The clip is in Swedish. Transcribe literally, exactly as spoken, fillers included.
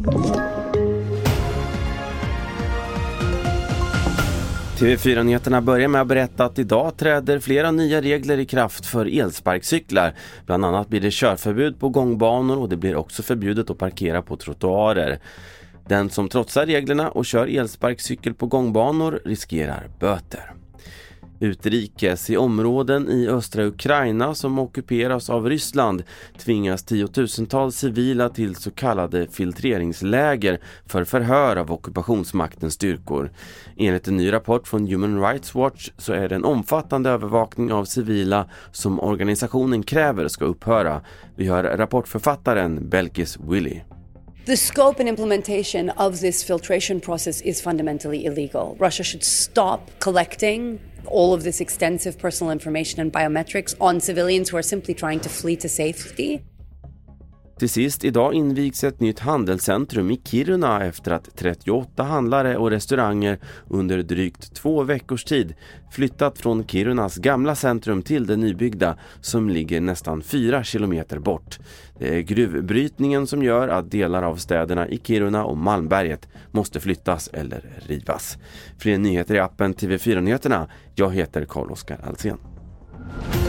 T V fyra-nyheterna börjar med att berätta att idag träder flera nya regler i kraft för elsparkcyklar. Bland annat blir det körförbud på gångbanor och det blir också förbjudet att parkera på trottoarer. Den som trotsar reglerna och kör elsparkcykel på gångbanor riskerar böter. Utrikes i områden i östra Ukraina som ockuperas av Ryssland tvingas tiotusentals civila till så kallade filtreringsläger för förhör av ockupationsmaktens styrkor. Enligt en ny rapport från Human Rights Watch så är det en omfattande övervakning av civila som organisationen kräver ska upphöra. Vi hör rapportförfattaren Belkis Willy. The scope and implementation of this filtration process is fundamentally illegal. Russia should stop collecting all of this extensive personal information and biometrics on civilians who are simply trying to flee to safety. Till sist, idag invigs ett nytt handelscentrum i Kiruna efter att trettioåtta handlare och restauranger under drygt två veckors tid flyttat från Kirunas gamla centrum till det nybyggda som ligger nästan fyra kilometer bort. Det är gruvbrytningen som gör att delar av städerna i Kiruna och Malmberget måste flyttas eller rivas. Fler nyheter i appen T V fyra-nyheterna. Jag heter Carl-Oskar Alsen.